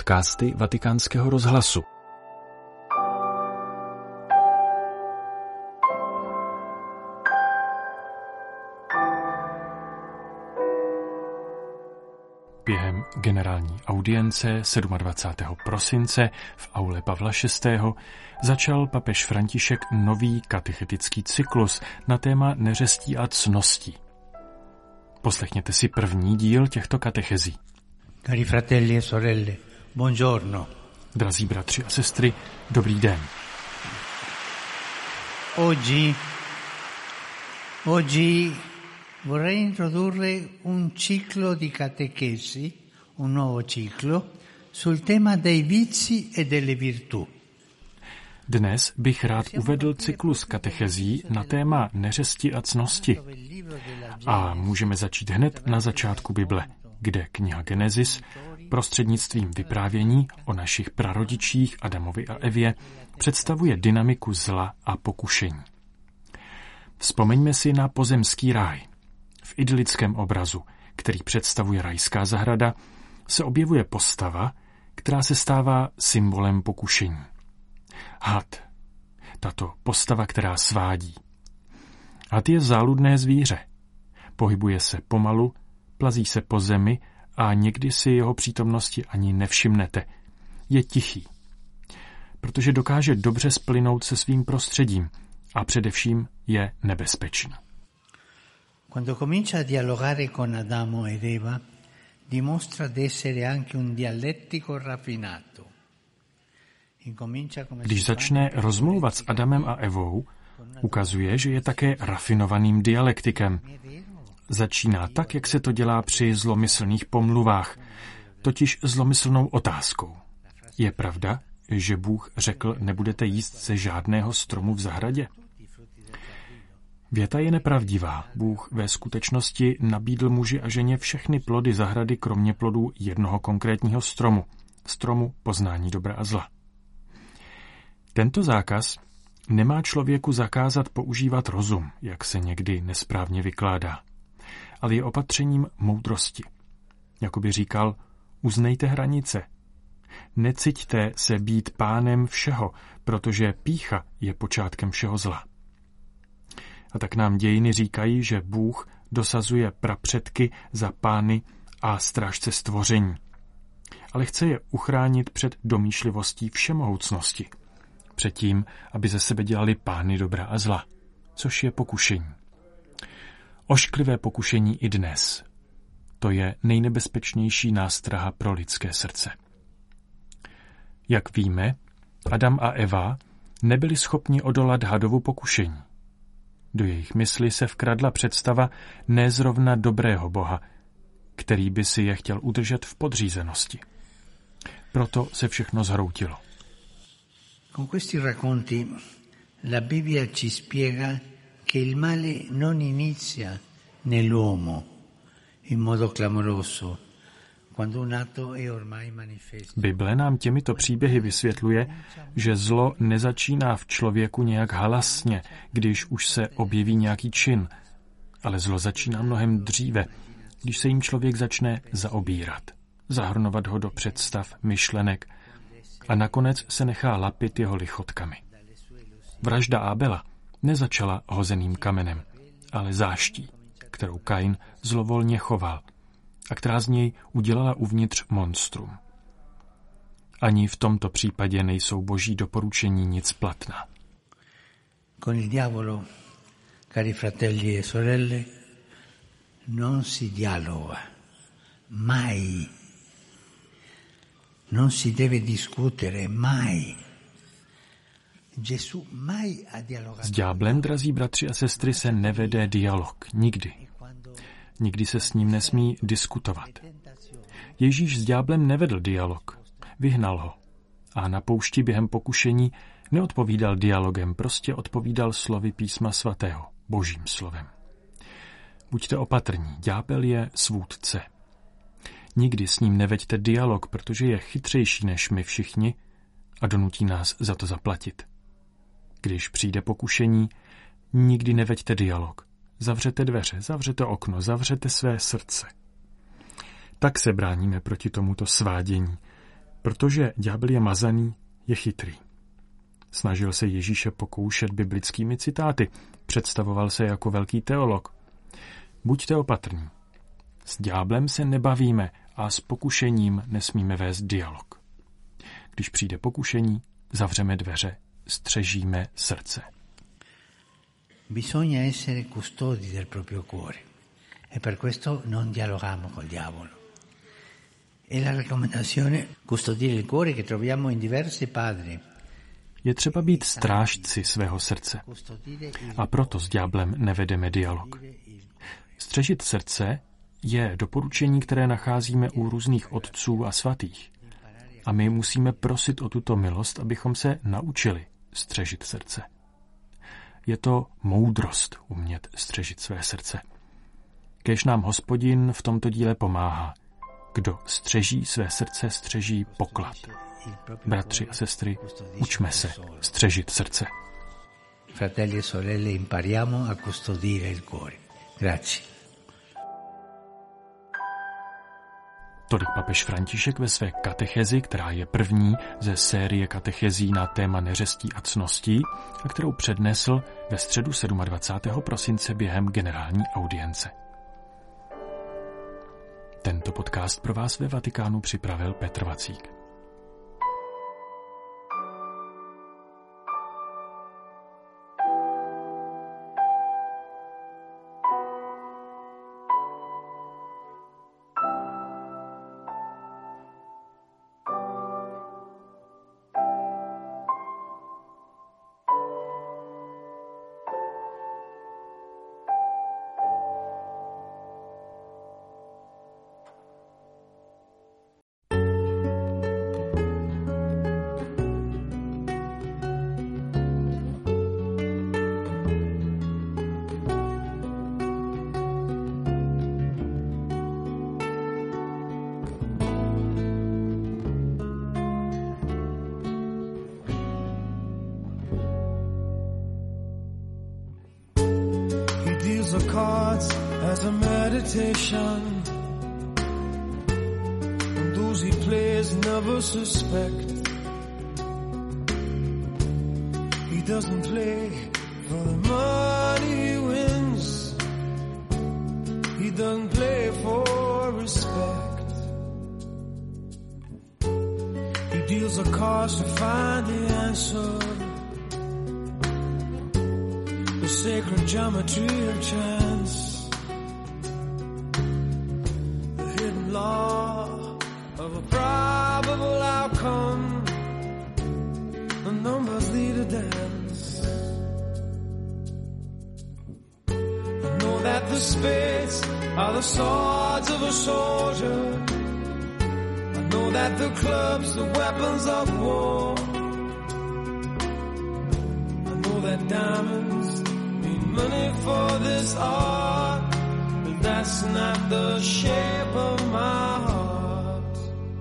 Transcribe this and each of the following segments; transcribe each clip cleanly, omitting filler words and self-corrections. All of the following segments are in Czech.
podcasty Vatikánského rozhlasu. Během generální audience 27. prosince v aule Pavla VI. Začal papež František nový katechetický cyklus na téma neřestí a ctností. Poslechněte si první díl těchto katechezí. Cari fratelli e sorelle, buongiorno. Drazí bratři a sestry, dobrý den. Oggi vorrei introdurre un ciclo di catechesi, un nuovo ciclo, sul tema dei vizi e delle virtù. Dnes bych rád uvedl cyklus katechezí na téma neřesti a ctnosti. A můžeme začít hned na začátku Bible, kde kniha Genesis prostřednictvím vyprávění o našich prarodičích Adamovi a Evě představuje dynamiku zla a pokušení. Vzpomeňme si na pozemský ráj. V idylickém obrazu, který představuje rajská zahrada, se objevuje postava, která se stává symbolem pokušení. Had. Tato postava, která svádí. Had je záludné zvíře. Pohybuje se pomalu, plazí se po zemi a někdy si jeho přítomnosti ani nevšimnete. Je tichý. Protože dokáže dobře splynout se svým prostředím a především je nebezpečný. Quando comincia a dialogare con Adamo ed Eva, dimostra di essere anche un dialettico raffinato. Když začne rozmlouvat s Adamem a Evou, ukazuje, že je také rafinovaným dialektikem. Začíná tak, jak se to dělá při zlomyslných pomluvách, totiž zlomyslnou otázkou. Je pravda, že Bůh řekl, nebudete jíst ze žádného stromu v zahradě? Věta je nepravdivá. Bůh ve skutečnosti nabídl muži a ženě všechny plody zahrady, kromě plodů jednoho konkrétního stromu poznání dobra a zla. Tento zákaz nemá člověku zakázat používat rozum, jak se někdy nesprávně vykládá, ale je opatřením moudrosti. Jakoby říkal, uznejte hranice. Neciťte se být pánem všeho, protože pýcha je počátkem všeho zla. A tak nám dějiny říkají, že Bůh dosazuje prapředky za pány a strážce stvoření. Ale chce je uchránit před domýšlivostí všemohoucnosti. Před tím, aby ze sebe dělali pány dobra a zla, což je pokušení. Ošklivé pokušení i dnes. To je nejnebezpečnější nástraha pro lidské srdce. Jak víme, Adam a Eva nebyli schopni odolat hadovu pokušení. Do jejich mysli se vkradla představa nezrovna dobrého Boha, který by si je chtěl udržet v podřízenosti. Proto se všechno zhroutilo. Con questi racconti la Bibbia ci spiega che il male non inizia nell'uomo in modo clamoroso quando un atto è ormai manifesto. Bible nám těmito příběhy vysvětluje, že zlo nezačíná v člověku nějak halasně, když už se objeví nějaký čin, ale zlo začíná mnohem dříve, když se jim člověk začne zaobírat, zahrnovat ho do představ, myšlenek a nakonec se nechá lapit jeho lichotkami. Vražda Ábela nezačala hozeným kamenem, ale záští, kterou Kain zlovolně choval a která z něj udělala uvnitř monstrum. Ani v tomto případě nejsou boží doporučení nic platná. Con il diavolo, cari fratelli e sorelle, non si dialoga mai. Non si deve discutere mai. Gesù mai ha dialogato. S ďáblem, drazí bratři a sestry, se nevede dialog. Nikdy. Nikdy se s ním nesmí diskutovat. Ježíš s ďáblem nevedl dialog. Vyhnal ho. A na poušti během pokušení neodpovídal dialogem, prostě odpovídal slovy písma svatého, božím slovem. Buďte opatrní, ďábel je svůdce. Nikdy s ním neveďte dialog, protože je chytřejší než my všichni a donutí nás za to zaplatit. Když přijde pokušení, nikdy neveďte dialog. Zavřete dveře, zavřete okno, zavřete své srdce. Tak se bráníme proti tomuto svádění Protože ďábel je mazaný, je chytrý. Snažil se Ježíše pokoušet biblickými citáty, představoval se jako velký teolog. Buďte opatrní. S ďáblem se nebavíme a s pokušením nesmíme vést dialog. Když přijde pokušení, zavřeme dveře, střežíme srdce. Bisogna essere custodi del proprio cuore e per questo non dialoghiamo col diavolo. E la raccomandazione custodire il cuore che troviamo in diversi padri. Je třeba být strážci svého srdce a proto s ďáblem nevedeme dialog. Střežit srdce je doporučení, které nacházíme u různých otců a svatých. A my musíme prosit o tuto milost, abychom se naučili střežit srdce. Je to moudrost umět střežit své srdce. Kéž nám Hospodin v tomto díle pomáhá. Kdo střeží své srdce, střeží poklad. Bratři a sestry, učme se střežit srdce. Fratelli e sorelle, impariamo a custodire il cuore. Grazie. Tolik papež František ve své katechezi, která je první ze série katechezí na téma neřestí a ctností a kterou přednesl ve středu 27. prosince během generální audience. Tento podcast pro vás ve Vatikánu připravil Petr Vacík. The cards as a meditation, and those he plays never suspect. He doesn't play for the money he wins. He doesn't play for respect. He deals the cards to find the answer. The sacred geometry of chance, the hidden law of a probable outcome. The numbers lead a dance. I know that the spades are the swords of a soldier. I know that the clubs are weapons of war. I know that diamonds money for this art, but that's not the shape of my heart.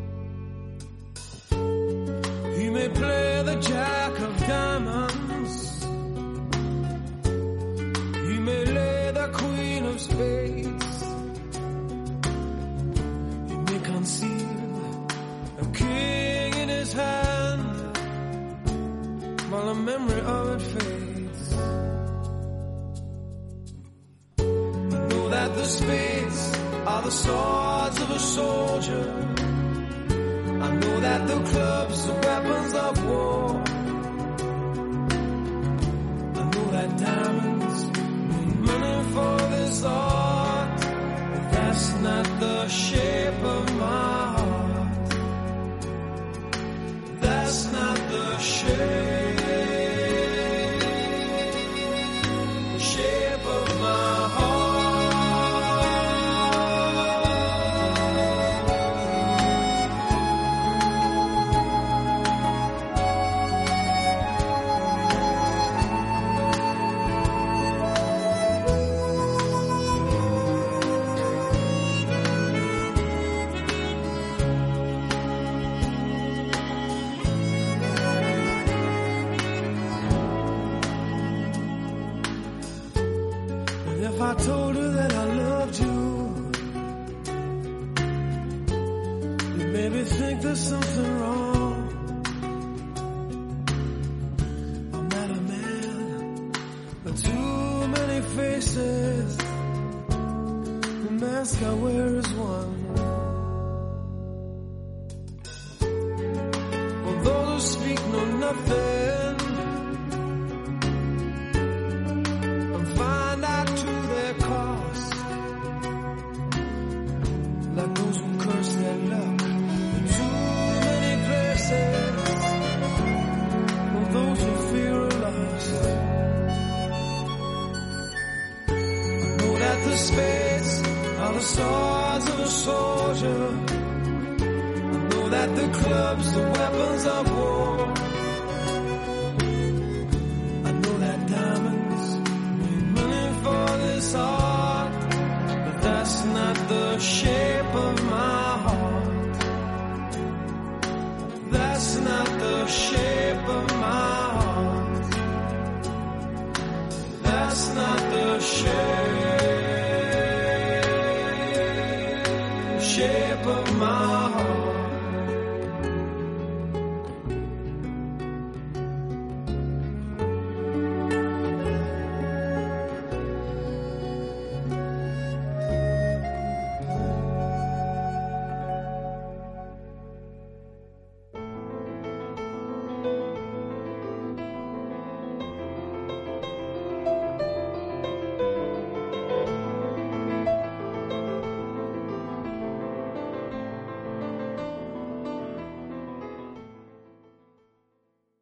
He may play the jack of diamonds, he may lay the queen of spades, he may conceal a king in his hand while the memory of it fades. The spades are the swords of a soldier. I know that the clubs are weapons of war. I know that diamonds mean money for this art, but that's not the shape of my heart. That's not the shape of my heart. I told her that I loved you, you made me think there's something wrong. mask I wear is one. For those who speak know nothing and find out to their cost, like those who curse their luck in too many places, for those who fear are lost. I know that the spades are the swords of a soldier. I know that the clubs, the weapons of war. I know that diamonds need money for this art, but that's not the shape of my heart. That's not the shape of my heart. That's not the shape of my